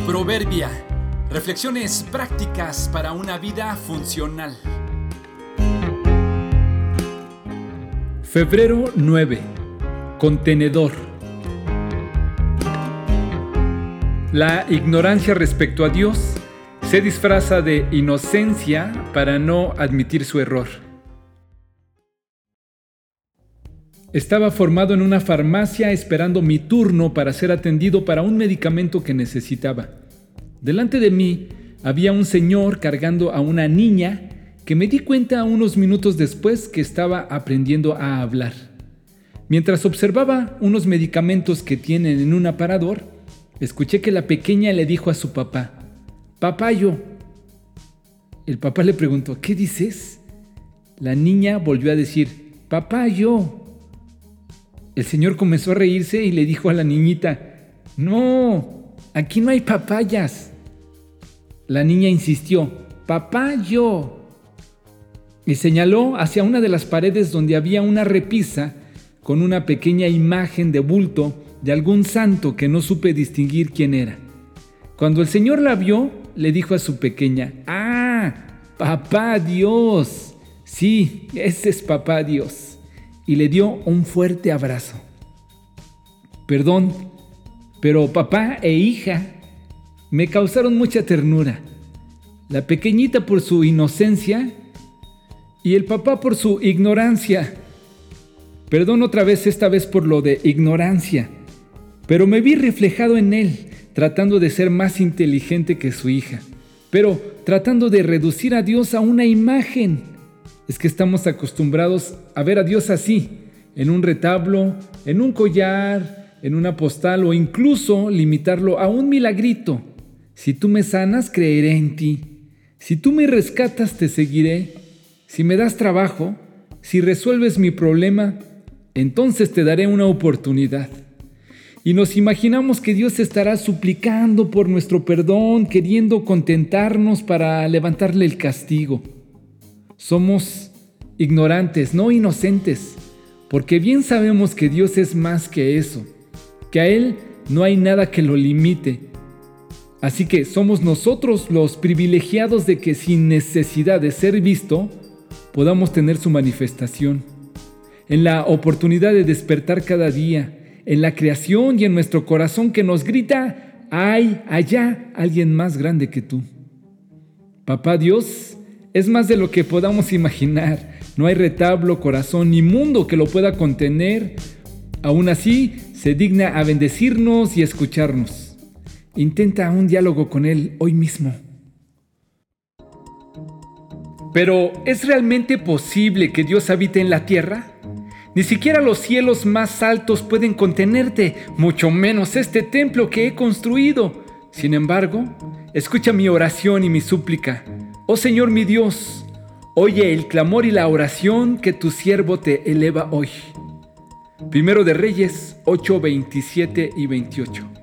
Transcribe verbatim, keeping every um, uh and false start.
Proverbia. Reflexiones prácticas para una vida funcional. Febrero nueve. Contenedor. La ignorancia respecto a Dios se disfraza de inocencia para no admitir su error. Estaba formado en una farmacia esperando mi turno para ser atendido para un medicamento que necesitaba. Delante de mí había un señor cargando a una niña que me di cuenta unos minutos después que estaba aprendiendo a hablar. Mientras observaba unos medicamentos que tienen en un aparador, escuché que la pequeña le dijo a su papá: «Papayo». El papá le preguntó: «¿Qué dices?». La niña volvió a decir: «Papayo». El señor comenzó a reírse y le dijo a la niñita: «No, aquí no hay papayas». La niña insistió: «Papayo». Y señaló hacia una de las paredes donde había una repisa con una pequeña imagen de bulto de algún santo que no supe distinguir quién era. Cuando el señor la vio, le dijo a su pequeña: «¡Ah, papá Dios! Sí, ese es papá Dios». Y le dio un fuerte abrazo. Perdón, pero papá e hija me causaron mucha ternura. La pequeñita por su inocencia y el papá por su ignorancia. Perdón otra vez, esta vez por lo de ignorancia, pero me vi reflejado en él, tratando de ser más inteligente que su hija, pero tratando de reducir a Dios a una imagen. Es que estamos acostumbrados a ver a Dios así, en un retablo, en un collar, en una postal o incluso limitarlo a un milagrito. Si tú me sanas, creeré en ti. Si tú me rescatas, te seguiré. Si me das trabajo, si resuelves mi problema, entonces te daré una oportunidad. Y nos imaginamos que Dios estará suplicando por nuestro perdón, queriendo contentarnos para levantarle el castigo. Somos ignorantes, no inocentes, porque bien sabemos que Dios es más que eso, que a Él no hay nada que lo limite. Así que somos nosotros los privilegiados de que sin necesidad de ser visto, podamos tener su manifestación. En la oportunidad de despertar cada día, en la creación y en nuestro corazón que nos grita: «Hay allá alguien más grande que tú». Papá Dios es más de lo que podamos imaginar. No hay retablo, corazón ni mundo que lo pueda contener. Aún así, se digna a bendecirnos y escucharnos. Intenta un diálogo con Él hoy mismo. Pero, ¿es realmente posible que Dios habite en la tierra? Ni siquiera los cielos más altos pueden contenerte, mucho menos este templo que he construido. Sin embargo, escucha mi oración y mi súplica. Oh Señor mi Dios, oye el clamor y la oración que tu siervo te eleva hoy. Primero de Reyes ocho, veintisiete y veintiocho.